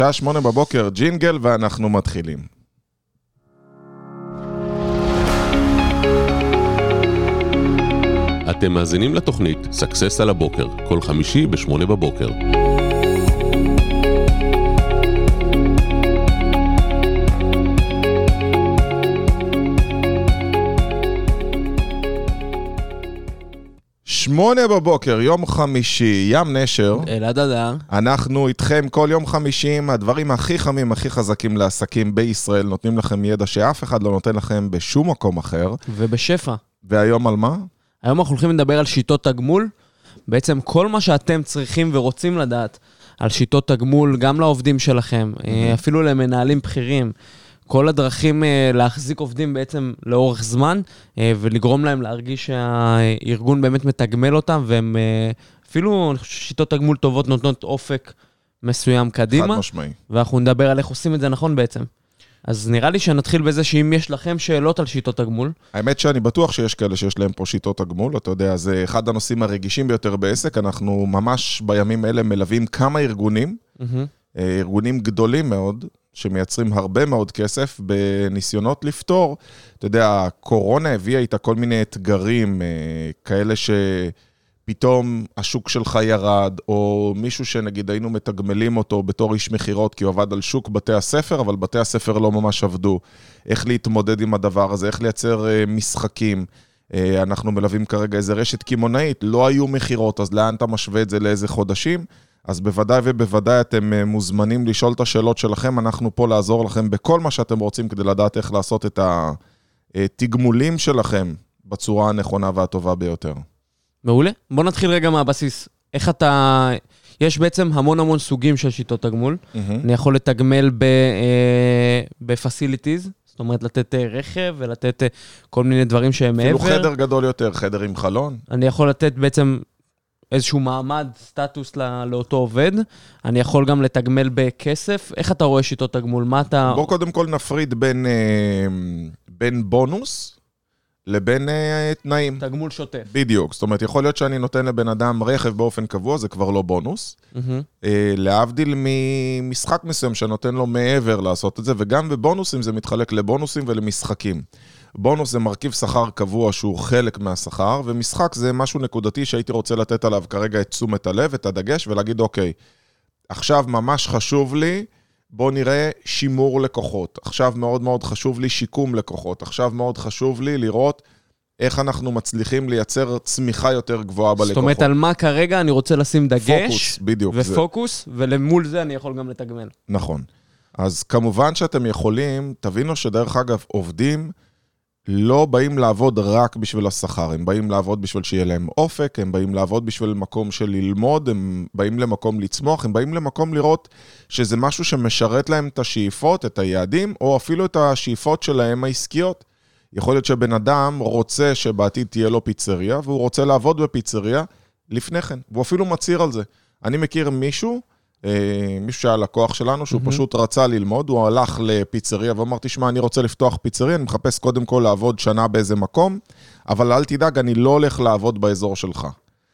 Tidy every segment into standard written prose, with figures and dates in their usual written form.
שעה 8 בבוקר, ג'ינגל, ואנחנו מתחילים. אתם מאזינים לתוכנית סקסס על הבוקר, כל חמישי ב8 בבוקר. שמונה בבוקר, יום חמישי, ים נשר. אלעד אדר. אנחנו איתכם כל יום חמישי, הדברים הכי חמים, הכי חזקים לעסקים בישראל, נותנים לכם ידע שאף אחד לא נותן לכם בשום מקום אחר. ובשפע. והיום על מה? היום אנחנו הולכים לדבר על שיטות תגמול. בעצם כל מה שאתם צריכים ורוצים לדעת על שיטות תגמול, גם לעובדים שלכם, אפילו למנהלים בכירים, כל הדרכים להחזיק עובדים בעצם לאורך זמן, ולגרום להם להרגיש שהארגון באמת מתגמל אותם, והם אפילו שיטות תגמול טובות נותנות אופק מסוים קדימה. חד משמעי. ואנחנו נדבר על איך עושים את זה נכון בעצם. אז נראה לי שנתחיל בזה שאם יש לכם שאלות על שיטות תגמול. האמת שאני בטוח שיש כאלה שיש להם פה שיטות תגמול, אתה יודע, זה אחד הנושאים הרגישים ביותר בעסק, אנחנו ממש בימים אלה מלווים כמה ארגונים, ארגונים גדולים מאוד, שמייצרים הרבה מאוד כסף בניסיונות לפתור. אתה יודע, הקורונה הביאה איתה כל מיני אתגרים, כאלה שפתאום השוק שלך ירד, או מישהו שנגיד היינו מתגמלים אותו בתור איש מחירות, כי הוא עבד על שוק בתי הספר, אבל בתי הספר לא ממש עבדו. איך להתמודד עם הדבר הזה, איך לייצר משחקים. אנחנו מלווים כרגע איזה רשת כימונאית, לא היו מחירות, אז לאן אתה משווה את זה לאיזה חודשים? אז בוודאי ובוודאי אתם מוזמנים לשאול את השאלות שלכם, אנחנו פה לעזור לכם בכל מה שאתם רוצים, כדי לדעת איך לעשות את התגמולים שלכם בצורה הנכונה והטובה ביותר. מעולה. בוא נתחיל רגע מהבסיס. איך אתה... יש בעצם המון סוגים של שיטות תגמול. אני יכול לתגמל ב-facilities, זאת אומרת לתת רכב ולתת כל מיני דברים שהם מעבר. אפילו חדר גדול יותר, חדר עם חלון. אני יכול לתת בעצם איזשהו מעמד, סטטוס לאותו עובד. אני יכול גם לתגמל בכסף. איך אתה רואה שיטות תגמול? מה אתה... בוא קודם כל נפריד בין בונוס לבין תנאים. תגמול שוטף. בדיוק. זאת אומרת, יכול להיות שאני נותן לבן אדם רכב באופן קבוע, זה כבר לא בונוס. להבדיל ממשחק מסוים שנותן לו מעבר לעשות את זה, וגם בבונוסים זה מתחלק לבונוסים ולמשחקים. בונוס זה מרכיב שכר קבוע שהוא חלק מהשכר, ומשחק זה משהו נקודתי שהייתי רוצה לתת עליו כרגע את תשומת הלב, את הדגש, ולהגיד אוקיי, עכשיו ממש חשוב לי, בוא נראה שימור לקוחות. עכשיו מאוד מאוד חשוב לי שיקום לקוחות. עכשיו מאוד חשוב לי לראות איך אנחנו מצליחים לייצר צמיחה יותר גבוהה בלקוחות. זאת אומרת, על מה כרגע אני רוצה לשים דגש. פוקוס, בדיוק. ופוקוס, ולמול זה אני יכול גם לתגמל. נכון. אז כמובן שאתם יכולים, תבינו שדרך אגב עובדים, לא באים לעבוד רק בשביל השכר, הם באים לעבוד בשביל שיהיה להם אופק, הם באים לעבוד בשביל מקום של ללמוד, הם באים למקום לצמוח, הם באים למקום לראות שזה משהו שמשרת להם את השאיפות, את היעדים, או אפילו את השאיפות שלהם העסקיות. יכול להיות שבן אדם רוצה שבעתיד תהיה לו פיצריה, והוא רוצה לעבוד בפיצריה לפני כן, והוא אפילו מצהיר על זה. אני מכיר מישהו שהיה לקוח שלנו, שהוא פשוט רצה ללמוד, הוא הלך לפיצריה ואמר, תשמע, אני רוצה לפתוח פיצריה, אני מחפש קודם כל לעבוד שנה באיזה מקום, אבל אל תדאג, אני לא הולך לעבוד באזור שלך.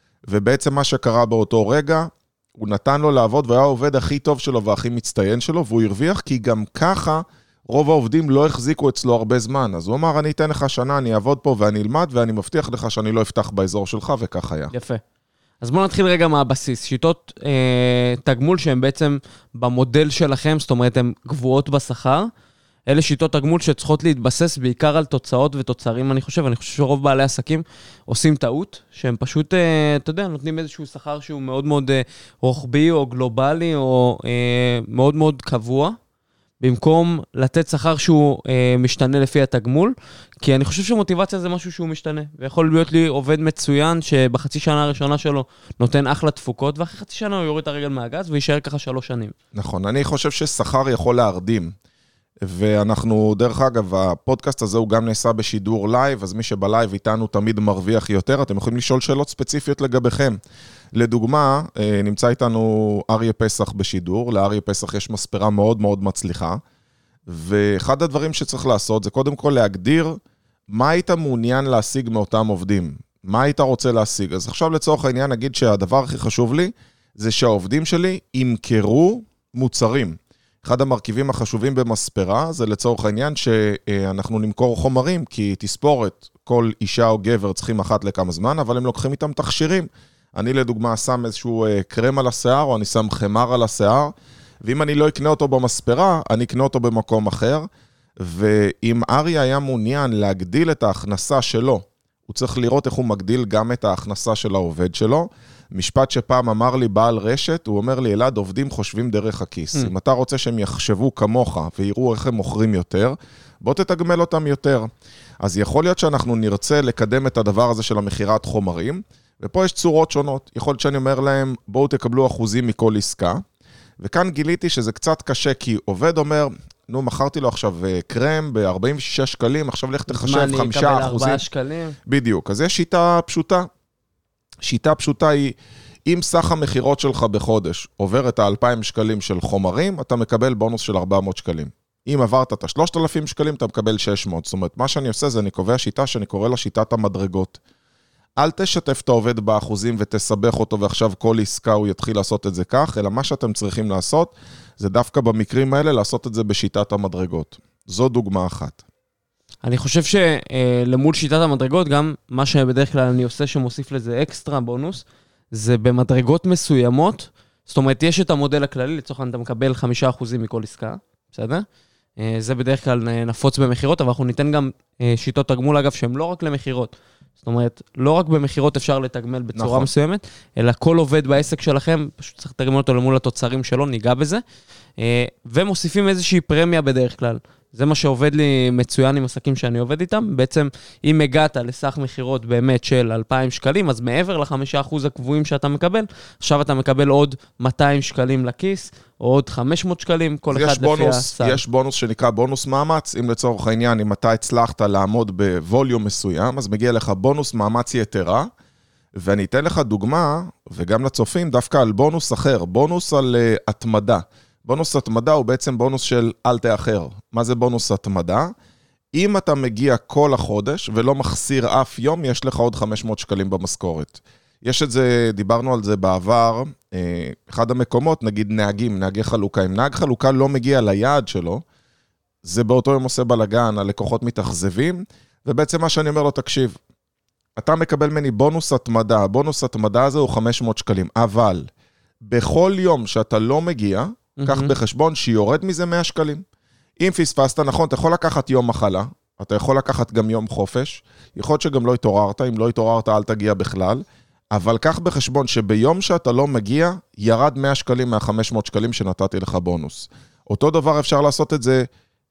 ובעצם מה שקרה באותו רגע, הוא נתן לו לעבוד, והיה העובד הכי טוב שלו והכי מצטיין שלו, והוא הרוויח, כי גם ככה רוב העובדים לא החזיקו אצלו הרבה זמן. אז הוא אמר, אני אתן לך שנה, אני אעבוד פה ואני אלמד, ואני מבטיח לך שאני לא אפתח באזור שלך, וכך היה. יפה. אז בואו נתחיל רגע מהבסיס. שיטות תגמול שהן בעצם במודל שלכם, זאת אומרת, הן גבוהות בשכר. אלה שיטות תגמול שצריכות להתבסס בעיקר על תוצאות ותוצרים, אני חושב שרוב בעלי עסקים עושים טעות, שהם פשוט, אתה יודע, נותנים איזשהו שכר שהוא מאוד מאוד רוחבי או גלובלי, או מאוד מאוד קבוע, במקום לתת שכר שהוא משתנה לפי התגמול, כי אני חושב שמוטיבציה זה משהו שהוא משתנה, ויכול להיות לי עובד מצוין שבחצי שנה הראשונה שלו נותן אחלה תפוקות, ואחרי חצי שנה הוא יוריד את הרגל מהגז ויישאר ככה 3 שנים. נכון, אני חושב ששכר יכול להרדים, ואנחנו, דרך אגב, הפודקאסט הזה הוא גם נעשה בשידור לייב, אז מי שבלייב איתנו תמיד מרוויח יותר, אתם יכולים לשאול שאלות ספציפיות לגביכם. לדוגמה, נמצא איתנו אריה פסח בשידור, לאריה פסח יש מספרה מאוד מאוד מצליחה, ואחד הדברים שצריך לעשות זה קודם כל להגדיר מה היית מעוניין להשיג מאותם עובדים, מה היית רוצה להשיג. אז עכשיו לצורך העניין נגיד שהדבר הכי חשוב לי, זה שהעובדים שלי ימכרו מוצרים. אחד המרכיבים החשובים במספרה, זה לצורך העניין שאנחנו נמכור חומרים, כי תספורת, כל אישה או גבר צריכים אחת לכמה זמן, אבל הם לוקחים איתם תכשירים. אני לדוגמה שם איזשהו קרם על השיער, או אני שם חמר על השיער, ואם אני לא אקנה אותו במספרה, אני אקנה אותו במקום אחר, ואם אריה היה מעוניין להגדיל את ההכנסה שלו, הוא צריך לראות איך הוא מגדיל גם את ההכנסה של העובד שלו. משפט שפעם אמר לי בעל רשת, הוא אומר לי, אלעד, עובדים חושבים דרך הכיס. אם אתה רוצה שהם יחשבו כמוך ויראו איך הם מוכרים יותר, בוא תתגמל אותם יותר. אז יכול להיות שאנחנו נרצה לקדם את הדבר הזה של המחירת חומרים, ופה יש צורות שונות. יכול להיות שאני אומר להם, בואו תקבלו אחוזים מכל עסקה, וכאן גיליתי שזה קצת קשה, כי עובד אומר, נו, מכרתי לו עכשיו קרם ב-46 שקלים, עכשיו לך תחשב 5%. מה, אני אקבל 4 שקלים? בדיוק, אז יש שיטה פשוטה. שיטה פשוטה היא, אם סך המחירות שלך בחודש עובר את ה-2,000 שקלים של חומרים, אתה מקבל בונוס של 400 שקלים. אם עברת את ה-3,000 שקלים, אתה מקבל 600. זאת אומרת, מה שאני עושה זה, אני קובע שיטה שאני קורא לה שיטת המדרגות. אל תשתף את העובד באחוזים ותסבך אותו, ועכשיו כל עסקה הוא יתחיל לעשות את זה כך, אלא מה שאתם צריכים לעשות, זה דווקא במקרים האלה לעשות את זה בשיטת המדרגות. זו דוגמה אחת. אני חושב שלמול שיטת המדרגות, גם מה שבדרך כלל אני עושה שמוסיף לזה אקסטרה בונוס, זה במדרגות מסוימות, זאת אומרת, יש את המודל הכללי, לצורך אתה מקבל 5% מכל עסקה, בסדר? זה בדרך כלל נפוץ במחירות, אבל אנחנו ניתן גם שיטות תגמול, אגב, שהן לא רק למחירות. זאת אומרת, לא רק במחירות אפשר לתגמל בצורה מסוימת, אלא כל עובד בעסק שלכם, פשוט צריך לתגמל אותו למול התוצרים שלו, ניגע בזה, ומוסיפים איזושהי פרמיה בדרך כלל. זה מה שעובד לי מצוין עם עסקים שאני עובד איתם. בעצם, אם הגעת לסך מחירות באמת של 2,000 שקלים, אז מעבר ל5% הקבועים שאתה מקבל, עכשיו אתה מקבל עוד 200 שקלים לכיס, או עוד 500 שקלים, כל אחד לפי הסל. יש בונוס שנקרא בונוס מאמץ, אם לצורך העניין, אם אתה הצלחת לעמוד בווליום מסוים, אז מגיע לך בונוס מאמץ יתרה, ואני אתן לך דוגמה, וגם לצופים, דווקא על בונוס אחר, בונוס על התמדה. בונוס התמדה הוא בעצם בונוס של אל תאחר. מה זה בונוס התמדה? אם אתה מגיע כל החודש ולא מחסיר אף יום, יש לך עוד 500 שקלים במשכורת. יש את זה, דיברנו על זה בעבר, אחד המקומות, נגיד נהגי חלוקה. אם נהג חלוקה לא מגיע ליעד שלו, זה באותו יום עושה בלגן, הלקוחות מתאכזבים, ובעצם מה שאני אומר לו, תקשיב, אתה מקבל מני בונוס התמדה, הבונוס התמדה הזה הוא 500 שקלים, אבל בכל יום שאתה לא מגיע, קח בחשבון שיורד מזה 100 שקלים. אם פספסת, נכון, אתה יכול לקחת יום מחלה, אתה יכול לקחת גם יום חופש, יכול להיות שגם לא התעוררת, אם לא התעוררת אל תגיע בכלל, אבל קח בחשבון שביום שאתה לא מגיע, ירד 100 שקלים מה-500 שקלים שנתתי לך בונוס. אותו דבר אפשר לעשות את זה,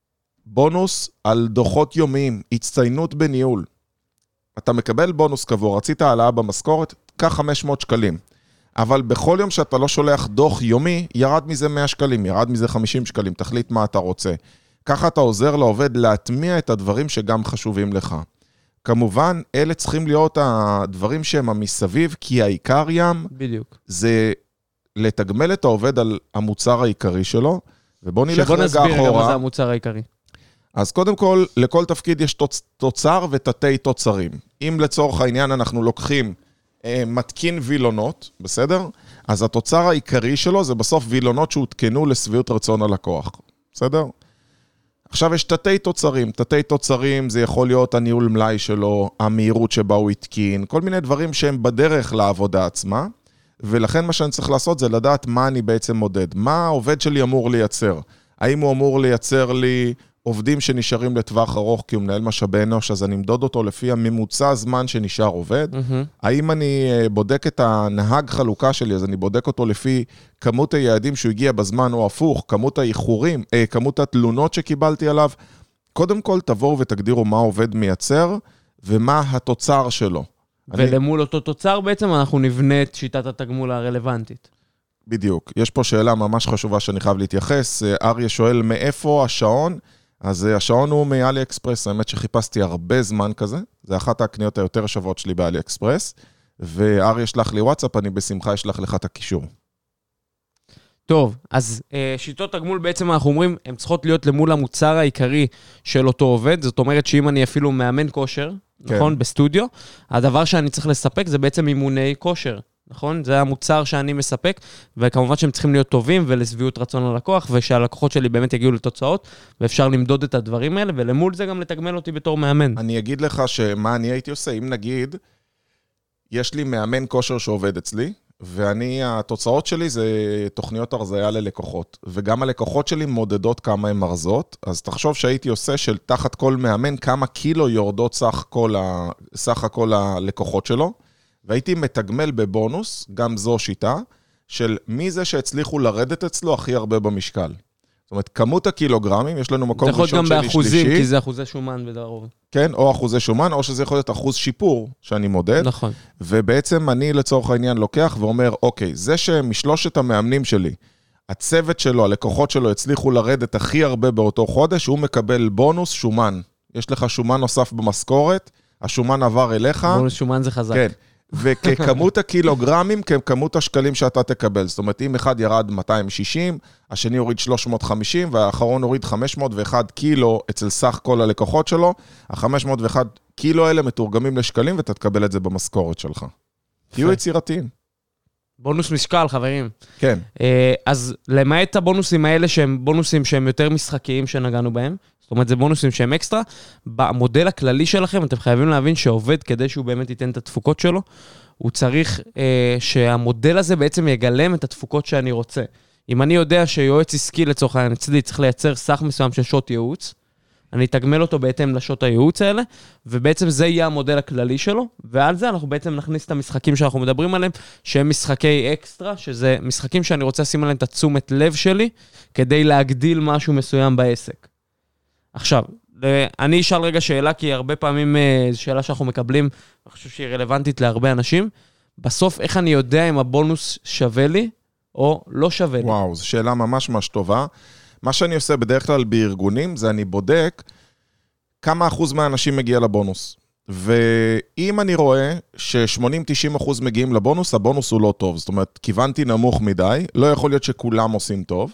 בונוס על דוחות יומיים, הצטיינות בניהול. אתה מקבל בונוס קבוע, רצית העלאה במשכורת, קח 500 שקלים. אבל בכל יום שאתה לא שולח דוח יומי, ירד מזה 100 שקלים, ירד מזה 50 שקלים, תחליט מה אתה רוצה. ככה אתה עוזר לעובד להטמיע את הדברים שגם חשובים לך. כמובן, אלה צריכים להיות הדברים שהם המסביב, כי העיקר ים, בדיוק. זה לתגמל את העובד על המוצר העיקרי שלו, ובוא נלך רגע אחורה. שבוא נסביר גם מה זה המוצר העיקרי. אז קודם כל, לכל תפקיד יש תוצר ותתי תוצרים. אם לצורך העניין אנחנו לוקחים מתקין וילונות, בסדר? אז התוצר העיקרי שלו זה בסוף וילונות שהותקנו לשביעות רצון הלקוח, בסדר? עכשיו יש תתי תוצרים, תתי תוצרים זה יכול להיות הניהול מלאי שלו, המהירות שבה הוא התקין, כל מיני דברים שהם בדרך לעבודה עצמה, ולכן מה שאני צריך לעשות זה לדעת מה אני בעצם מודד, מה העובד שלי אמור לייצר, האם הוא אמור לייצר לי עובדים שנשארים לטווח ארוך כי הוא מנהל משאבי אנוש, אז אני אמדוד אותו לפי הממוצע הזמן שנשאר עובד. האם אני בודק את הנהג חלוקה שלי, אז אני בודק אותו לפי כמות היעדים שהוא הגיע בזמן או הפוך, כמות האיחורים, כמות התלונות שקיבלתי עליו. קודם כל תבואו ותגדירו מה עובד מייצר ומה התוצר שלו. ולמול אותו תוצר בעצם אנחנו נבנה את שיטת התגמול הרלוונטית. בדיוק. יש פה שאלה ממש חשובה שאני חייב להתייחס. אריה שואל מאיפה השעון? אז השעון הוא מאלי אקספרס, האמת שחיפשתי הרבה זמן כזה, זה אחת הקניות היותר שוות שלי באלי אקספרס, וארי ישלח לי וואטסאפ, אני בשמחה אשלח לך את הקישור. טוב, אז שיטות תגמול בעצם אנחנו אומרים, הן צריכות להיות למול המוצר העיקרי של אותו עובד, זאת אומרת שאם אני אפילו מאמן כושר, נכון, בסטודיו, הדבר שאני צריך לספק זה בעצם אימוני כושר, נכון? זה המוצר שאני מספק, וכמובן שהם צריכים להיות טובים ולשביעות רצון ללקוח, ושהלקוחות שלי באמת יגיעו לתוצאות, ואפשר למדוד את הדברים האלה, ולמול זה גם לתגמל אותי בתור מאמן. אני אגיד לך שמה אני הייתי עושה, אם נגיד, יש לי מאמן כושר שעובד אצלי, התוצאות שלי זה תוכניות הרזיה ללקוחות, וגם הלקוחות שלי מודדות כמה הן מרזות, אז תחשוב שהייתי עושה של תחת כל מאמן כמה קילו יורדות סך הכל הלקוחות שלו, והייתי מתגמל בבונוס, גם זו שיטה, של מי זה שהצליחו לרדת אצלו הכי הרבה במשקל. זאת אומרת, כמות הקילוגרמים, יש לנו מקום ראשון שלי שלישי. זה יכול גם באחוזים, כי זה אחוזי שומן בדרוב. כן, או אחוזי שומן, או שזה יכול להיות אחוז שיפור שאני מודד. נכון. ובעצם אני לצורך העניין לוקח ואומר, אוקיי, זה שמשלושת המאמנים שלי, הצוות שלו, הלקוחות שלו הצליחו לרדת הכי הרבה באותו חודש, הוא מקבל בונוס שומן. יש לך שומן נוסף במשכורת, השומן עבר אליך. בונוס שומן זה חזק. כן. וככמות הקילוגרמים, ככמות השקלים שאתה תקבל. זאת אומרת, אם אחד ירד 260, השני הוריד 350, והאחרון הוריד 501 קילו אצל סך כל הלקוחות שלו, ה-501 קילו האלה מתורגמים לשקלים, ואתה תקבל את זה במשכורת שלך. תהיו יצירתיים. בונוס משקל, חברים. כן. אז למעט הבונוסים האלה, שהם בונוסים שהם יותר משחקיים שנגענו בהם, זאת אומרת, זה בונוסים שהם אקסטרה, במודל הכללי שלכם, אתם חייבים להבין שעובד כדי שהוא באמת ייתן את התפוקות שלו, הוא צריך שהמודל הזה בעצם יגלם את התפוקות שאני רוצה. אם אני יודע שיועץ עסקי לצורך העניין אצלי צריך לייצר סך מסוים של שעות ייעוץ, אני אתגמל אותו בהתאם לשעות הייעוץ האלה, ובעצם זה יהיה המודל הכללי שלו, ועל זה אנחנו בעצם נכניס את המשחקים שאנחנו מדברים עליהם, שהם משחקי אקסטרה, שזה משחקים שאני רוצה לשים עליהם את התשומת לב שלי, כדי להגדיל משהו מסוים בעסק. עכשיו, אני אשאל רגע שאלה, כי הרבה פעמים זו שאלה שאנחנו מקבלים, אני חושב שהיא רלוונטית להרבה אנשים, בסוף איך אני יודע אם הבונוס שווה לי, או לא שווה לי? וואו, זו שאלה ממש ממש טובה. מה שאני עושה בדרך כלל בארגונים, זה אני בודק כמה אחוז מהאנשים מגיע לבונוס. ואם אני רואה ש-80-90% מגיעים לבונוס, הבונוס הוא לא טוב. זאת אומרת, כיוונתי נמוך מדי, לא יכול להיות שכולם עושים טוב,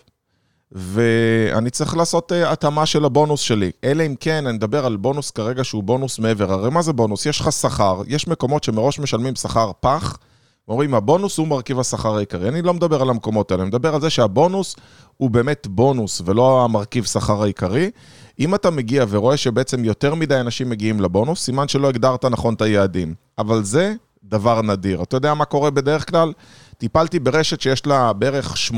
ואני צריך לעשות התאמה של הבונוס שלי. אלא אם כן, אני מדבר על בונוס כרגע שהוא בונוס מעבר. הרי מה זה בונוס? יש לך שכר, יש מקומות שמראש משלמים שכר פח, אומרים, הבונוס הוא מרכיב השכר העיקרי. אני לא מדבר על המקומות האלה, אני מדבר על זה שהבונוס הוא באמת בונוס, ולא המרכיב שכר העיקרי. אם אתה מגיע ורואה שבעצם יותר מדי אנשים מגיעים לבונוס, סימן שלא הגדרת נכון את היעדים. אבל זה דבר נדיר. אתה יודע מה קורה בדרך כלל? טיפלתי ברשת שיש לה בערך 80-90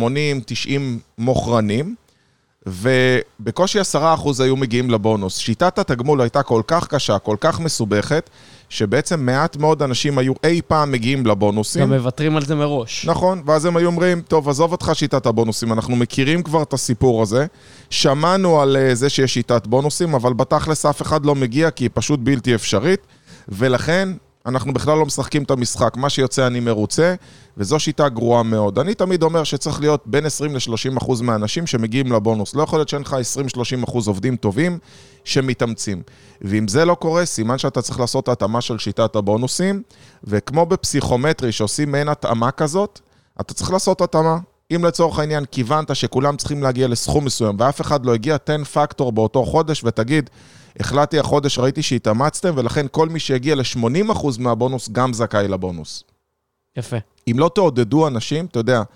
מוכרנים, ובקושי 10% היו מגיעים לבונוס. שיטת התגמול הייתה כל כך קשה, כל כך מסובכת, שבעצם מעט מאוד אנשים היו אי פעם מגיעים לבונוסים. גם מוותרים על זה מראש. נכון, ואז הם היו אומרים, טוב, עזוב אותך שיטת הבונוסים, אנחנו מכירים כבר את הסיפור הזה, שמענו על זה שיש שיטת בונוסים, אבל בתכלס אף אחד לא מגיע, כי היא פשוט בלתי אפשרית, ולכן אנחנו בכלל לא משחקים את המשחק, מה שיוצא אני מרוצה, וזו שיטה גרועה מאוד. אני תמיד אומר שצריך להיות בין 20-30% מהאנשים שמגיעים לבונוס. לא יכול להיות שאין לך 20-30% עובדים טובים שמתאמצים. ואם זה לא קורה, סימן שאתה צריך לעשות התאמה של שיטת הבונוסים, וכמו בפסיכומטרי שעושים מעין התאמה כזאת, אתה צריך לעשות התאמה. אם לצורך העניין כיוונת שכולם צריכים להגיע לסכום מסוים, ואף אחד לא הגיע, תן פקטור באותו חודש ותגיד, החלטתי החודש, ראיתי שהתאמצתם, ולכן כל מי שהגיע ל-80% מהבונוס גם זכאי לבונוס. יפה. אם לא תעודדו אנשים, אתה יודע,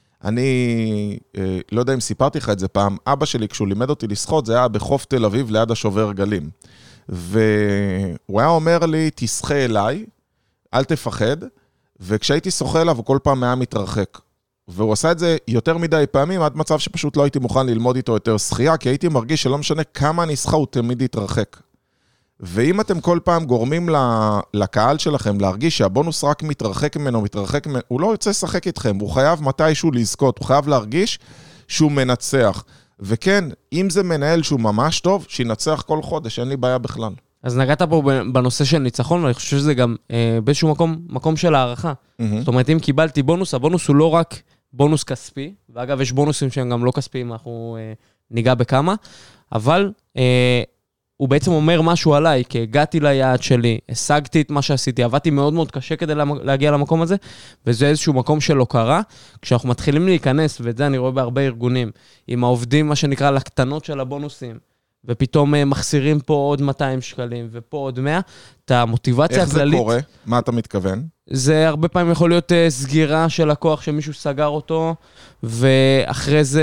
אני לא יודע אם סיפרתי לך את זה פעם, אבא שלי כשהוא לימד אותי לשחות, זה היה בחוף תל אביב ליד השובר גלים. והוא היה אומר לי, תשחה אליי, אל תפחד, וכשהייתי שוחה אליו, הוא כל פעם היה מתרחק. והוא עשה את זה יותר מדי פעמים, עד מצב שפשוט לא הייתי מוכן ללמוד איתו יותר שחייה, כי הייתי מרגיש שלא משנה כמה אני שחה, הוא תמיד יתרחק. ואם אתם כל פעם גורמים לקהל שלכם להרגיש שהבונוס רק מתרחק ממנו, הוא לא יוצא לשחק איתכם, הוא חייב מתישהו לזכות, הוא חייב להרגיש שהוא מנצח. וכן, אם זה מנהל שהוא ממש טוב, שינצח כל חודש, אין לי בעיה בכלל. אז נגעת פה בנושא של ניצחון, ואני חושב שזה גם באיזשהו מקום של הערכה. זאת אומרת, אם קיבלתי בונוס, הבונוס הוא לא רק בונוס כספי, ואגב, יש בונוסים שהם גם לא כספיים, אנחנו ניגע בכמה, אבל הוא בעצם אומר משהו עליי, כי הגעתי ליעד שלי, השגתי את מה שעשיתי, עבדתי מאוד מאוד קשה כדי להגיע למקום הזה, וזה איזשהו מקום של הוקרה. כשאנחנו מתחילים להיכנס, ואת זה אני רואה בהרבה ארגונים, עם העובדים, מה שנקרא, לקטנות של הבונוסים, ופתאום מחסירים פה עוד 200 שקלים, ופה עוד 100, את המוטיבציה הכללית... איך זה קורה? מה אתה מתכוון? זה הרבה פעמים יכול להיות סגירה של לקוח שמישהו סגר אותו, ואחרי זה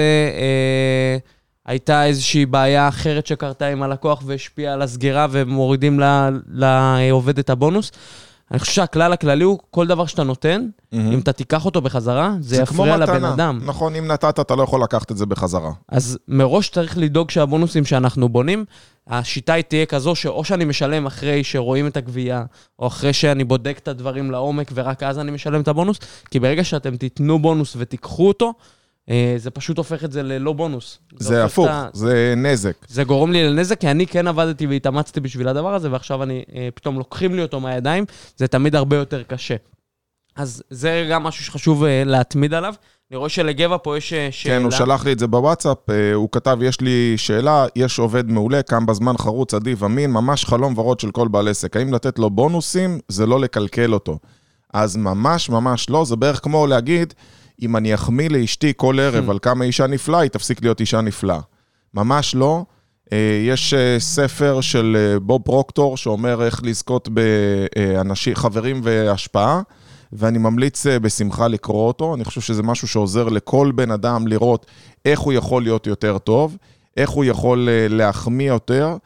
הייתה איזושהי בעיה אחרת שקרתה עם הלקוח והשפיעה על הסגירה, ומורידים לעובד את הבונוס. אני חושב שהכלל הכללי הוא כל דבר שאתה נותן, אם אתה תיקח אותו בחזרה, זה יפריע לבן אדם. נכון, אם נתת, אתה לא יכול לקחת את זה בחזרה. אז מראש צריך לדאוג שהבונוסים שאנחנו בונים, השיטה היא תהיה כזו שאו שאני משלם אחרי שרואים את הגבייה, או אחרי שאני בודק את הדברים לעומק, ורק אז אני משלם את הבונוס, כי ברגע שאתם תיתנו בונוס ותיקחו אותו, זה פשוט הופך את זה ללא בונוס. זה הפוך, זה נזק. זה גורם לי לנזק, כי אני כן עבדתי והתאמצתי בשביל הדבר הזה, ועכשיו פתאום לוקחים לי אותו מהידיים, זה תמיד הרבה יותר קשה. אז זה גם משהו שחשוב להתמיד עליו. אני רואה שלגבע פה יש שאלה. כן, הוא שלח לי את זה בוואטסאפ, הוא כתב, יש לי שאלה, יש עובד מעולה, קם בזמן חרוץ, עדיף, אמין, ממש חלום ורוד של כל בעל עסק. האם לתת לו בונוסים, זה לא לקלקל אותו. אז ממש ממש לא, זה בערך כמו להגיד, אם אני אחמיא לאשתי כל ערב על כמה אישה נפלאה, היא תפסיק להיות אישה נפלאה. ממש לא. יש ספר של בוב פרוקטור, שאומר איך לזכות חברים והשפעה, ואני ממליץ בשמחה לקרוא אותו. אני חושב שזה משהו שעוזר לכל בן אדם לראות איך הוא יכול להיות יותר טוב, איך הוא יכול להחמיא יותר,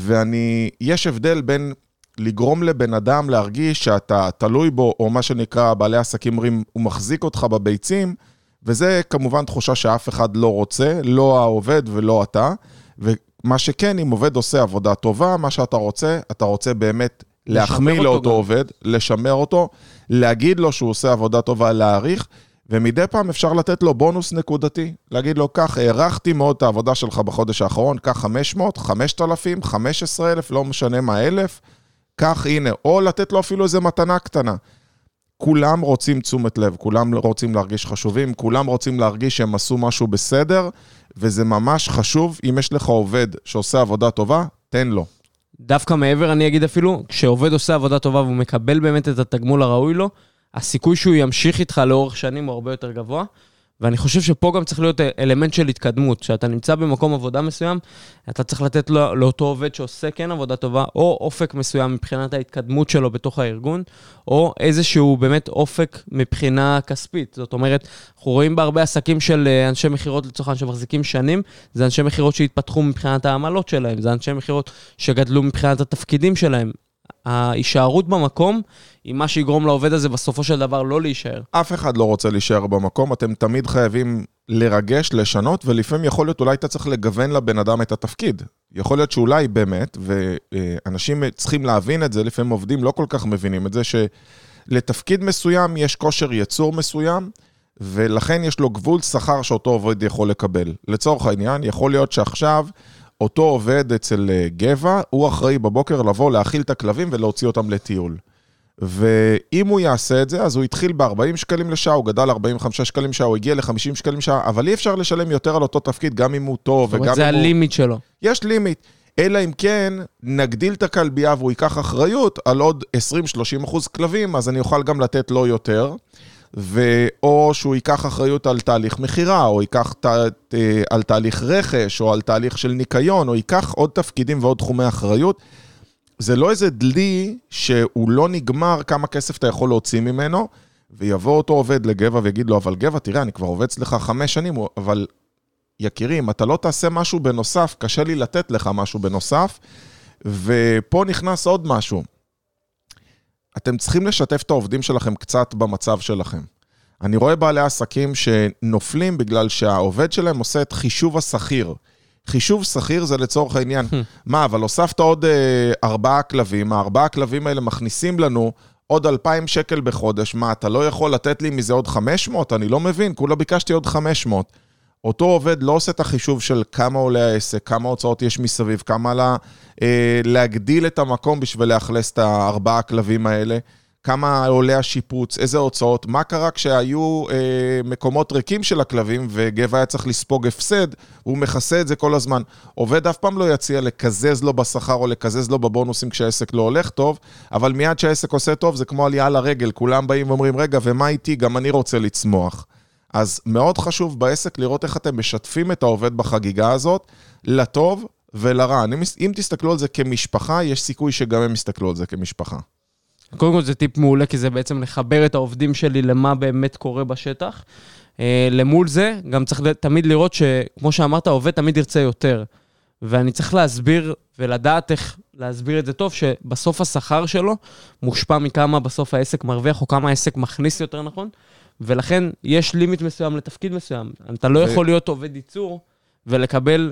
יש הבדל בין לגרום לבן אדם להרגיש שאתה תלוי בו, או מה שנקרא בעלי עסקים אומרים, הוא מחזיק אותך בביצים, וזה כמובן תחושה שאף אחד לא רוצה, לא העובד ולא אתה, ומה שכן, אם עובד עושה עבודה טובה, מה שאתה רוצה באמת להחמיא לאותו עובד, לשמר אותו, להגיד לו שהוא עושה עבודה טובה, להעריך, ומדי פעם אפשר לתת לו בונוס נקודתי, להגיד לו כך, הערכתי מאוד את העבודה שלך בחודש האחרון, כך 500, 5,000, 15,000, לא משנה מה 1,000, כך הנה, או לתת לו אפילו איזו מתנה קטנה. כולם רוצים תשומת לב, כולם רוצים להרגיש חשובים, כולם רוצים להרגיש שהם עשו משהו בסדר, וזה ממש חשוב, אם יש לך עובד שעושה עבודה טובה, תן לו. דווקא מעבר אני אגיד אפילו, כשעובד עושה עבודה טובה והוא מקבל באמת את התגמול הראוי לו, הסיכוי שהוא ימשיך איתך לאורך שנים הוא הרבה יותר גבוה, ואני חושב שפה גם צריך להיות אלמנט של התקדמות, שאתה נמצא במקום עבודה מסוים, אתה צריך לתת לאותו עובד שעושה כן עבודה טובה, או אופק מסוים מבחינת ההתקדמות שלו בתוך הארגון, או איזשהו באמת אופק מבחינה כספית. זאת אומרת, אנחנו רואים בהרבה עסקים של אנשי מחירות לצורכן שמחזיקים שנים, זה אנשי מחירות שהתפתחו מבחינת העמלות שלהם, זה אנשי מחירות שגדלו מבחינת התפקידים שלהם. ההישארות במקום היא מה שיגרום לעובד הזה בסופו של דבר לא להישאר. אף אחד לא רוצה להישאר במקום, אתם תמיד חייבים לרגש, לשנות, ולפעמים יכול להיות אולי אתה צריך לגוון לבן אדם את התפקיד. יכול להיות שאולי באמת, ואנשים צריכים להבין את זה, לפעמים עובדים לא כל כך מבינים את זה, שלתפקיד מסוים יש כושר יצור מסוים, ולכן יש לו גבול שכר שאותו עובד יכול לקבל. לצורך העניין, יכול להיות שעכשיו אותו עובד אצל גבע, הוא אחראי בבוקר לבוא, להאכיל את הכלבים ולהוציא אותם לטיול. ואם הוא יעשה את זה, אז הוא התחיל ב-40 שקלים לשעה, הוא גדל 45 שקלים לשעה, הוא הגיע ל-50 שקלים לשעה, אבל אי אפשר לשלם יותר על אותו תפקיד, גם אם הוא טוב וגם אם הוא... זה הלימיט שלו. יש לימיט. אלא אם כן, נגדיל את הכלבייה והוא ייקח אחריות על עוד 20-30% כלבים, אז אני אוכל גם לתת לו יותר. או שהוא ייקח אחריות על תהליך מחירה, או ייקח על תהליך רכש, או על תהליך של ניקיון, או ייקח עוד תפקידים ועוד תחומי אחריות. זה לא איזה דלי שהוא לא נגמר כמה כסף אתה יכול להוציא ממנו, ויבוא אותו עובד לגבע ויגיד לו, אבל גבע, תראה, אני כבר עובד אצלך 5 שנים, אבל יקירי, אם אתה לא תעשה משהו בנוסף, קשה לי לתת לך משהו בנוסף, ופה נכנס עוד משהו. אתם צריכים לשתף את העובדים שלכם קצת במצב שלכם. אני רואה בעלי עסקים שנופלים בגלל שהעובד שלהם עושה את חישוב השכיר. חישוב שכיר זה לצורך העניין. מה, אבל הוספת עוד 4 כלבים, 4 הכלבים האלה מכניסים לנו עוד 2,000 שקל בחודש. מה, אתה לא יכול לתת לי מזה עוד 500? אני לא מבין, כולה ביקשתי עוד 500. אותו עובד לא עושה את החישוב של כמה עולה העסק, כמה הוצאות יש מסביב, כמה להגדיל את המקום בשביל להכלס את 4 הכלבים האלה, כמה עולה השיפוץ, איזה הוצאות, מה קרה כשהיו מקומות ריקים של הכלבים, וגבע היה צריך לספוג הפסד, הוא מכסה את זה כל הזמן. עובד אף פעם לא יציע לקזז לו בשכר או לקזז לו בבונוסים כשהעסק לא הולך טוב, אבל מיד שהעסק עושה טוב זה כמו עלייה לרגל, כולם באים ואומרים, רגע, ומה איתי? גם אני רוצה לצמוח. אז מאוד חשוב בעסק לראות איך אתם משתפים את העובד בחגיגה הזאת, לטוב ולרע. אם תסתכלו על זה כמשפחה, יש סיכוי שגם הם יסתכלו על זה כמשפחה. קודם כל זה טיפ מעולה, כי זה בעצם לחבר את העובדים שלי למה באמת קורה בשטח. למול זה, גם צריך תמיד לראות שכמו שאמרת, העובד תמיד ירצה יותר. ואני צריך להסביר ולדעת איך להסביר את זה טוב, שבסוף השכר שלו מושפע מכמה בסוף העסק מרוויח, או כמה העסק מכניס יותר נכון, ולכן יש לימיט מסוים לתפקיד מסוים. אתה לא יכול להיות עובד ייצור ולקבל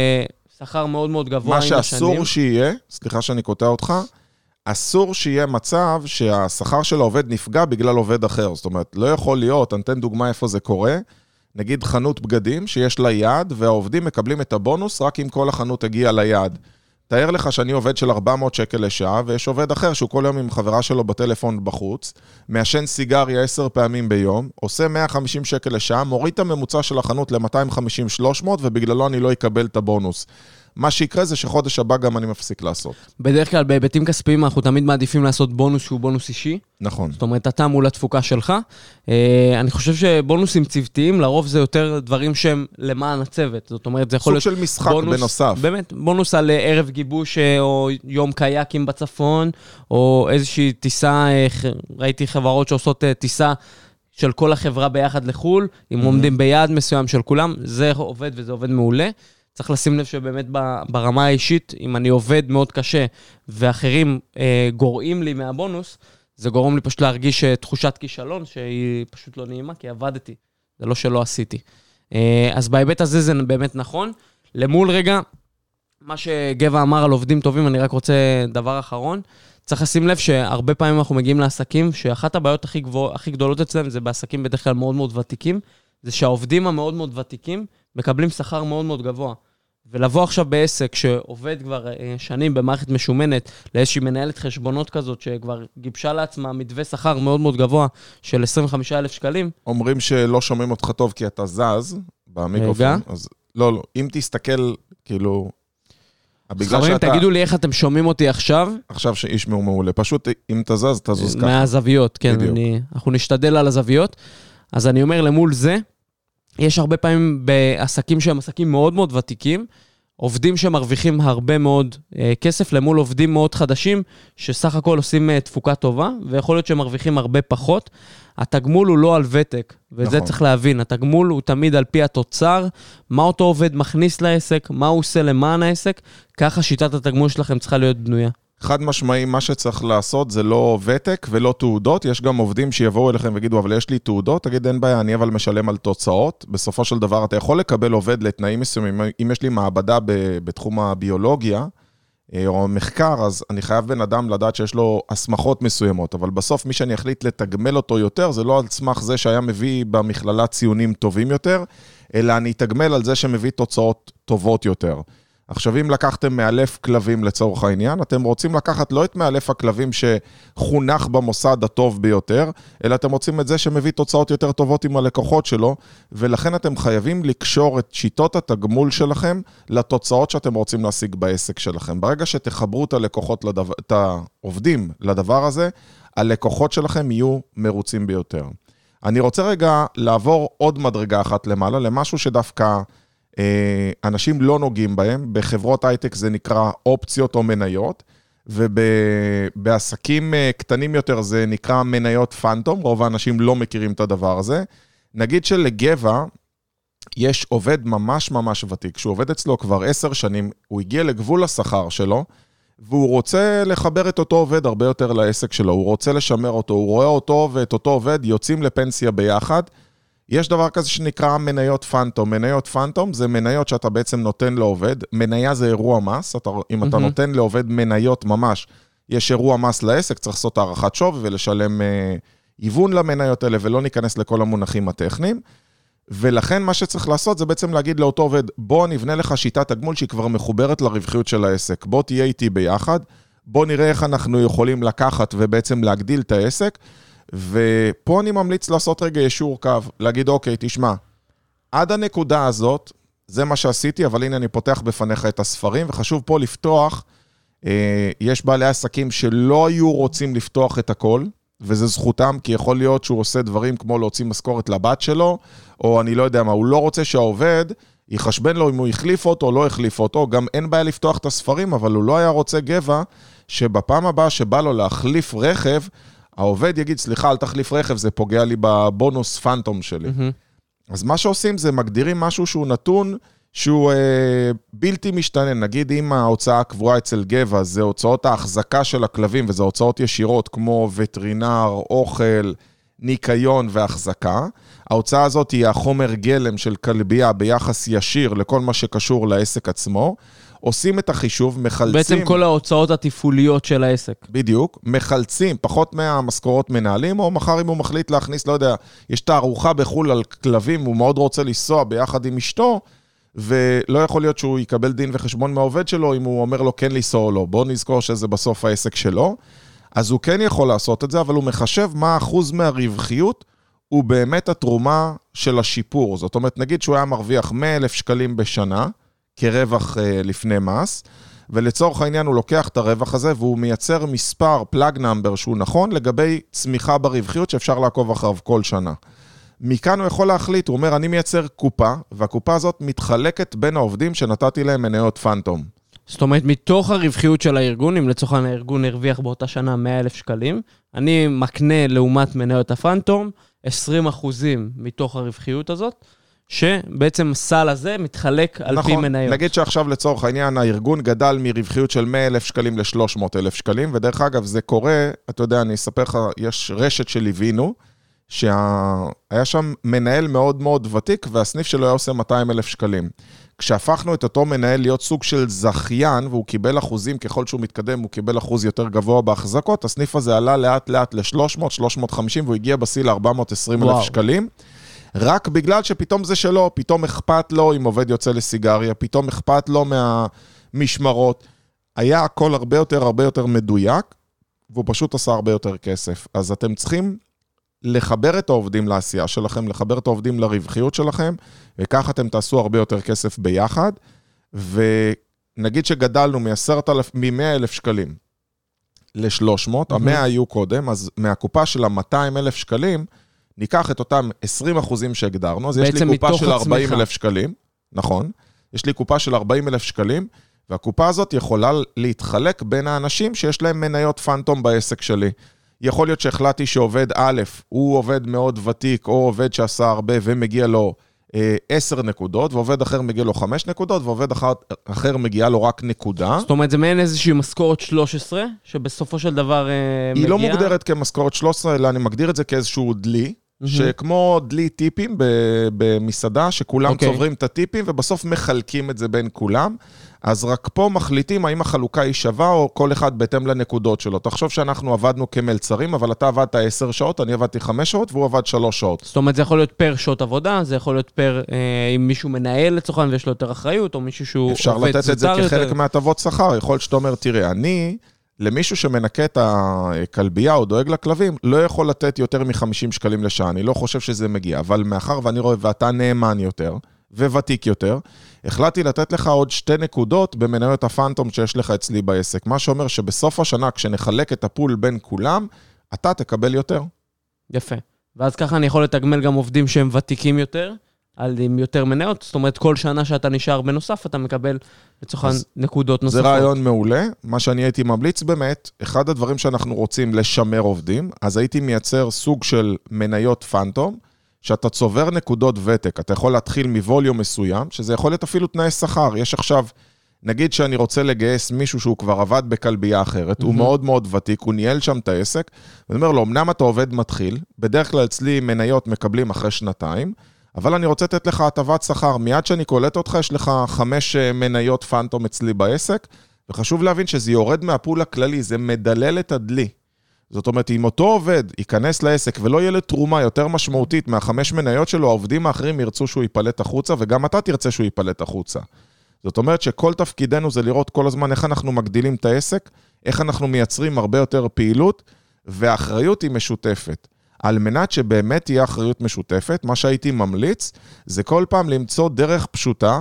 שכר מאוד מאוד גבוה עם השנים. מה שאסור שיהיה, סליחה שאני קוטע אותך, אסור שיהיה מצב שהשכר של העובד נפגע בגלל עובד אחר. זאת אומרת, לא יכול להיות, אני אתן דוגמה איפה זה קורה, נגיד חנות בגדים שיש לה יעד, והעובדים מקבלים את הבונוס רק אם כל החנות הגיעה ליעד. תאר לך שאני עובד של 400 שקל לשעה, ויש עובד אחר שהוא כל יום עם חברה שלו בטלפון בחוץ, מעשן סיגריה 10 פעמים ביום, עושה 150 שקל לשעה, מוריד את הממוצע של החנות ל-250-300, ובגללו אני לא אקבל את הבונוס. מה שיקרה זה שחודש הבא גם אני מפסיק לעשות. בדרך כלל בהיבטים כספיים אנחנו תמיד מעדיפים לעשות בונוס שהוא בונוס אישי. נכון. זאת אומרת, אתה מול התפוקה שלך. אני חושב שבונוסים צוותיים, לרוב זה יותר דברים שהם למען הצוות. זאת אומרת, זה יכול להיות סוג של משחק בנוסף. באמת, בונוס על ערב גיבוש או יום קייקים בצפון, או איזושהי טיסה, ראיתי חברות שעושות טיסה של כל החברה ביחד לחול, אם עומדים ביעד מסוים של כולם, זה עובד וזה עובד מעולה. צריך לשים לב שבאמת ברמה האישית, אם אני עובד מאוד קשה, ואחרים גורעים לי מהבונוס, זה גורם לי פשוט להרגיש תחושת כישלון, שהיא פשוט לא נעימה, כי עבדתי. זה לא שלא עשיתי. אז בהיבט הזה זה באמת נכון. למול רגע, מה שגבע אמר על עובדים טובים, אני רק רוצה דבר אחרון. צריך לשים לב שהרבה פעמים אנחנו מגיעים לעסקים, שאחת הבעיות הכי גדולות אצלם, זה בעסקים בדרך כלל מאוד מאוד ותיקים, זה שהעובדים המאוד מאוד ותיקים, מקבלים שכר מאוד מאוד גבוה. ולבוא עכשיו בעסק שעובד כבר שנים במערכת משומנת, לאיזושהי מנהלת חשבונות כזאת, שכבר גיבשה לעצמה מתווה שכר מאוד מאוד גבוה, של 25,000 שקלים. אומרים שלא שומעים אותך טוב כי אתה זז במיקרופון. אז לא, אם תסתכל, כאילו... חברים, תגידו לי איך אתם שומעים אותי עכשיו. עכשיו שישמעו מעולה. פשוט אם אתה זז, תזוז ככה. מהזוויות, כן. אנחנו נשתדל על הזוויות. אז אני אומר למול זה, יש הרבה פעמים בעסקים שהם עסקים מאוד מאוד ותיקים, עובדים שמרוויחים הרבה מאוד כסף למול עובדים מאוד חדשים, שסך הכל עושים תפוקה טובה, ויכול להיות שהם מרוויחים הרבה פחות. התגמול הוא לא על ותק, וזה צריך להבין. התגמול הוא תמיד על פי התוצר, מה אותו עובד מכניס לעסק, מה הוא עושה למען העסק, ככה שיטת התגמול שלכם צריכה להיות בנויה. חד משמעי, מה שצריך לעשות זה לא ותק ולא תעודות. יש גם עובדים שיבואו אליכם ויגידו, אבל יש לי תעודות, תגיד, אין בעיה, אני אבל משלם על תוצאות. בסופו של דבר, אתה יכול לקבל עובד לתנאים מסוימים. אם יש לי מעבדה בתחום הביולוגיה, או מחקר, אז אני חייב בן אדם לדעת שיש לו הסמכות מסוימות, אבל בסוף מי שאני החליט לתגמל אותו יותר, זה לא על סמך זה שהיה מביא במכללה ציונים טובים יותר, אלא אני אתגמל על זה שמביא תוצאות טובות יותר. עכשיו, אם לקחתם מאלף כלבים לצורך העניין, אתם רוצים לקחת לא את מאלף הכלבים שחונך במוסד הטוב ביותר, אלא אתם רוצים את זה שמביא תוצאות יותר טובות עם הלקוחות שלו, ולכן אתם חייבים לקשור את שיטות התגמול שלכם לתוצאות שאתם רוצים להשיג בעסק שלכם. ברגע שתחברו את הלקוחות, את העובדים לדבר הזה, הלקוחות שלכם יהיו מרוצים ביותר. אני רוצה רגע לעבור עוד מדרגה אחת למעלה, למשהו שדווקא אנשים לא נוגעים בהם, בחברות הייטק זה נקרא אופציות או מניות, ובעסקים קטנים יותר זה נקרא מניות פנטום, רוב האנשים לא מכירים את הדבר הזה. נגיד שלגבע יש עובד ממש ממש ותיק, שהוא עובד אצלו כבר 10 שנים, הוא הגיע לגבול השכר שלו, והוא רוצה לחבר את אותו עובד הרבה יותר לעסק שלו, הוא רוצה לשמר אותו, הוא רואה אותו ואת אותו עובד יוצאים לפנסיה ביחד, יש דבר כזה שנקרא מניות פנטום. מניות פנטום זה מניות שאתה בעצם נותן לעובד. מניה זה אירוע מס. אם אתה נותן לעובד מניות ממש, יש אירוע מס לעסק, צריך לעשות הערכת שווי ולשלם היוון למניות האלה, ולא ניכנס לכל המונחים הטכניים. ולכן מה שצריך לעשות זה בעצם להגיד לאותו עובד, בוא נבנה לך שיטת תגמול שהיא כבר מחוברת לרווחיות של העסק. בוא תהיה איתי ביחד, בוא נראה איך אנחנו יכולים לקחת ובעצם להגדיל את העסק, ופה אני ממליץ לעשות רגע ישור קו, להגיד אוקיי, תשמע, עד הנקודה הזאת, זה מה שעשיתי, אבל הנה אני פותח בפניך את הספרים, וחשוב פה לפתוח, יש בעלי עסקים שלא היו רוצים לפתוח את הכל, וזה זכותם, כי יכול להיות שהוא עושה דברים כמו להוציא משכורת לבת שלו, או אני לא יודע מה, הוא לא רוצה שהעובד יחשבן לו אם הוא החליף אותו או לא החליף אותו, גם אין בעיה לפתוח את הספרים, אבל הוא לא היה רוצה גבע, שבפעם הבאה שבא לו להחליף רכב, העובד יגיד, סליחה, אל תחליף רכב, זה פוגע לי בבונוס פנטום שלי. אז מה שעושים זה מגדירים משהו שהוא נתון, שהוא בלתי משתנה. נגיד אם ההוצאה הקבועה אצל גבע, זה הוצאות ההחזקה של הכלבים, וזה הוצאות ישירות כמו וטרינר, אוכל, ניקיון והחזקה. ההוצאה הזאת היא החומר גלם של כלבייה ביחס ישיר לכל מה שקשור לעסק עצמו. עושים את החישוב, מחלצים... בעצם כל ההוצאות התפעוליות של העסק. בדיוק, מחלצים, פחות מהמשכורות מנהלים, או מחר אם הוא מחליט להכניס, לא יודע, יש תערוכה בחול על כלבים, הוא מאוד רוצה לנסוע ביחד עם אשתו, ולא יכול להיות שהוא יקבל דין וחשבון מהעובד שלו, אם הוא אומר לו כן לנסוע או לא. בואו נזכור שזה בסוף העסק שלו. אז הוא כן יכול לעשות את זה, אבל הוא מחשב מה האחוז מהרווחיות, הוא באמת התרומה של השיפור. זאת אומרת, נגיד שהוא היה מרוויח 100,000 שקלים בשנה, כרווח לפני מס, ולצורך העניין הוא לוקח את הרווח הזה, והוא מייצר מספר פלאג נאמבר שהוא נכון, לגבי צמיחה ברווחיות שאפשר לעקוב אחריו כל שנה. מכאן הוא יכול להחליט, הוא אומר, אני מייצר קופה, והקופה הזאת מתחלקת בין העובדים שנתתי להם מניות פנטום. זאת אומרת, מתוך הרווחיות של הארגון, אם לצורך הארגון הרוויח באותה שנה 100,000 שקלים, אני מקנה לעומת מניות הפנטום 20% מתוך הרווחיות הזאת, שבעצם סל הזה מתחלק על פי מניות. נכון, נגיד שעכשיו לצורך העניין, הארגון גדל מרווחיות של 100,000 שקלים ל-300,000 שקלים, ודרך אגב זה קורה, אתה יודע, אני אספר לך, יש רשת שליווינו, שהיה שם מנהל מאוד מאוד ותיק, והסניף שלו היה עושה 200,000 שקלים. כשהפכנו את אותו מנהל להיות סוג של זכיין, והוא קיבל אחוזים, ככל שהוא מתקדם, הוא קיבל אחוז יותר גבוה בהחזקות, הסניף הזה עלה לאט לאט ל-300, 350, והוא הגיע בשיא ל-420,000 שקלים. רק בגלל שפתאום זה שלו, פתאום אכפת לו אם עובד יוצא לסיגריה, פתאום אכפת לו מהמשמרות. היה הכל הרבה יותר מדויק, והוא פשוט עשה הרבה יותר כסף. אז אתם צריכים לחבר את העובדים לעשייה שלכם, לחבר את העובדים לרווחיות שלכם, וכך אתם תעשו הרבה יותר כסף ביחד, ונגיד שגדלנו מ-100,000 שקלים ל-300, ה-100 היו קודם, אז מהקופה של ה-200,000 שקלים, ניקח את אותם 20% שהגדרנו, אז יש לי קופה של 40,000 שקלים, נכון, יש לי קופה של 40,000 שקלים, והקופה הזאת יכולה להתחלק בין האנשים שיש להם מניות פנטום בעסק שלי. יכול להיות שהחלטתי שעובד א', הוא עובד מאוד ותיק, או עובד שעשה הרבה ומגיע לו 10 נקודות, ועובד אחר מגיע לו 5 נקודות, ועובד אחר מגיע לו רק נקודה. זאת אומרת, זה מעין איזושהי משכורת 13, שבסופו של דבר מגיע... היא לא מוגדרת כמשכורת 13, אלא אני מגדיר את זה כאיזשהו דלי, שכמו דלי טיפים במסעדה, שכולם צוברים את הטיפים, ובסוף מחלקים את זה בין כולם, אז רק פה מחליטים האם החלוקה היא שווה, או כל אחד בהתאם לנקודות שלו. תחשוב שאנחנו עבדנו כמלצרים, אבל אתה עבדת 10 שעות, אני עבדתי 5 שעות, והוא עבד 3 שעות. זאת אומרת, זה יכול להיות פר שעות עבודה, זה יכול להיות פר, אם מישהו מנהל לצורכן ויש לו יותר אחריות, או מישהו שהוא אפשר עובד לתת את זה כחלק מהטבות שכר. יכול להיות שאתה אומר, תראה, אני... למישהו שמנקה את הכלבייה או דואג לכלבים, לא יכול לתת יותר מ-50 שקלים לשעה, אני לא חושב שזה מגיע, אבל מאחר ואני רואה ואתה נאמן יותר, וותיק יותר, החלטתי לתת לך עוד 2 נקודות במניות הפנטום שיש לך אצלי בעסק, מה שאומר שבסוף השנה, כשנחלק את הפול בין כולם, אתה תקבל יותר. יפה. ואז ככה אני יכול לתגמל גם עובדים שהם ותיקים יותר, עם יותר מניות, זאת אומרת, כל שנה שאתה נשאר בנוסף, אתה מקבל לצורכן נקודות נוספות. זה רעיון מעולה. מה שאני הייתי ממליץ באמת, אחד הדברים שאנחנו רוצים לשמר עובדים, אז הייתי מייצר סוג של מניות פנטום, שאתה צובר נקודות ותק. אתה יכול להתחיל מווליום מסוים, שזה יכול להיות אפילו תנאי שכר. יש עכשיו, נגיד שאני רוצה לגייס מישהו שהוא כבר עבד בכלבייה אחרת, הוא מאוד מאוד ותיק, הוא ניהל שם את העסק, ואני אומר לו, אמנם אתה עובד מתחיל, בדרך כלל אצלי מניות מקבלים אחרי 2, אבל אני רוצה לתת לך הטבת שכר, מיד שאני קולט אותך, יש לך 5 מניות פנטום אצלי בעסק, וחשוב להבין שזה יורד מהפול הכללי, זה מדלל את הדלי. זאת אומרת, אם אותו עובד ייכנס לעסק, ולא יהיה לתרומה יותר משמעותית מה5 מניות שלו, העובדים האחרים ירצו שהוא ייפלט החוצה, וגם אתה תרצה שהוא ייפלט החוצה. זאת אומרת שכל תפקידנו זה לראות כל הזמן איך אנחנו מגדילים את העסק, איך אנחנו מייצרים הרבה יותר פעילות, והאחריות היא משותפת. על מנת שבאמת תהיה אחריות משותפת, מה שהייתי ממליץ, זה כל פעם למצוא דרך פשוטה,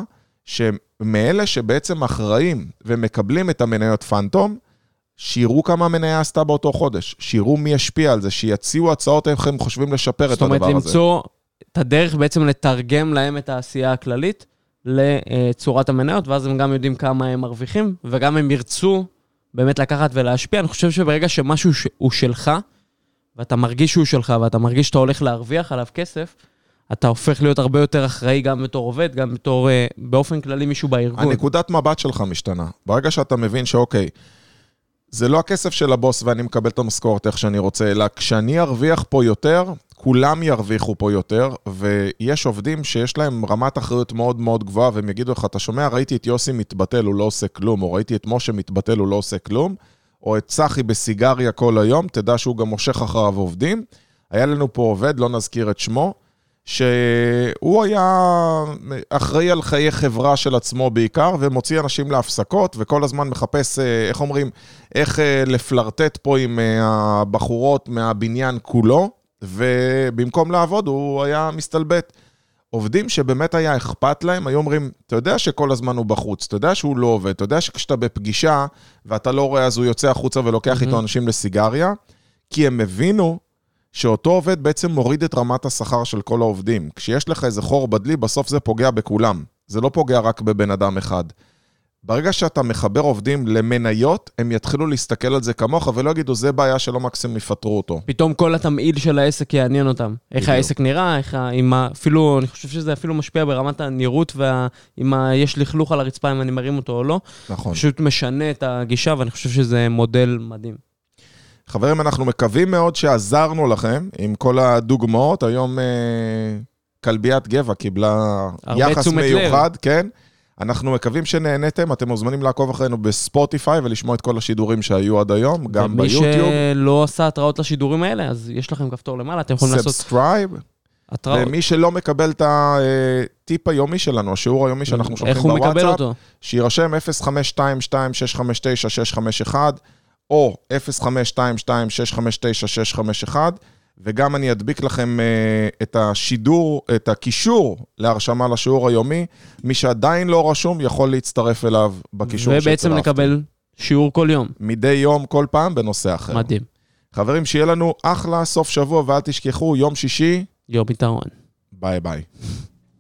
שמאלה שבעצם אחראים ומקבלים את המניות פנטום, שיראו כמה מניה עשתה באותו חודש, שיראו מי ישפיע על זה, שיציעו הצעות איך הם חושבים לשפר את הדבר הזה. זאת אומרת, למצוא את הדרך בעצם לתרגם להם את העשייה הכללית, לצורת המניות, ואז הם גם יודעים כמה הם מרוויחים, וגם הם ירצו באמת לקחת ולהשפיע. אני חושב שברגע שמשהו הוא שלך, ואתה מרגיש שהוא שלך, ואתה מרגיש שאתה הולך להרוויח עליו כסף, אתה הופך להיות הרבה יותר אחראי גם בתור עובד, גם בתור באופן כללי מישהו בארגון. הנקודת מבט שלך משתנה. ברגע שאתה מבין שאוקיי, זה לא הכסף של הבוס ואני מקבל את המשכורת איך שאני רוצה, אלא כשאני ארוויח פה יותר, כולם ירוויחו פה יותר, ויש עובדים שיש להם רמת אחריות מאוד מאוד גבוהה, והם יגידו לך, אתה שומע, ראיתי את יוסי מתבטל, הוא לא עושה כלום, או ראיתי את משה מתבטל, הוא לא עושה כלום, או את צחי בסיגריה כל היום, תדע שהוא גם מושך אחריו עובדים. היה לנו פה עובד, לא נזכיר את שמו, שהוא היה אחראי על חיי חברה של עצמו בעיקר, ומוציא אנשים להפסקות, וכל הזמן מחפש, איך אומרים, איך לפלרטט פה עם הבחורות מהבניין כולו, ובמקום לעבוד הוא היה מסתלבט. עובדים שבאמת היה אכפת להם, היו אומרים, אתה יודע שכל הזמן הוא בחוץ, אתה יודע שהוא לא עובד, אתה יודע שכשאתה בפגישה, ואתה לא רואה, אז הוא יוצא החוצה ולוקח איתו אנשים לסיגריה, כי הם הבינו שאותו עובד בעצם מוריד את רמת השכר של כל העובדים. כשיש לך איזה חור בדלי, בסוף זה פוגע בכולם. זה לא פוגע רק בבן אדם אחד. ברגע שאתה מחבר עובדים למניות, הם יתחילו להסתכל על זה כמוך, ולא יגידו, זה בעיה שלא מקסימום יפטרו אותו. פתאום כל התמעיל של העסק יעניין אותם. איך העסק נראה, אפילו, אני חושב שזה אפילו משפיע ברמת הנראות, אם יש לכלוך על הרצפה, אם אני מרים אותו או לא. נכון. פשוט משנה את הגישה, ואני חושב שזה מודל מדהים. חברים, אנחנו מקווים מאוד שעזרנו לכם עם כל הדוגמאות. היום כלביית גבע קיבלה יחס מיוחד, כן? אנחנו מקווים שנהנתם, אתם מוזמנים לעקוב אחרינו בספוטיפיי ולשמוע את כל השידורים שהיו עד היום, גם ביוטיוב. ומי שלא עשה התראות לשידורים האלה, אז יש לכם כפתור למעלה, אתם יכולים לעשות סאבסקרייב. ומי שלא מקבל את הטיפ היומי שלנו, השיעור היומי שאנחנו שולחים בוואטסאפ, איך הוא מקבל אותו? שירשם 0522-659-651, או 0522-659-651, וגם אני אדביק לכם את השידור, את הקישור להרשמה לשיעור היומי. מי שעדיין לא רשום יכול להצטרף אליו בקישור שצרפתי. ובעצם נקבל שיעור כל יום. מדי יום, כל פעם, בנושא אחר. מדהים. חברים, שיהיה לנו אחלה סוף שבוע, ואל תשכחו, יום שישי. יום יתרון. ביי ביי.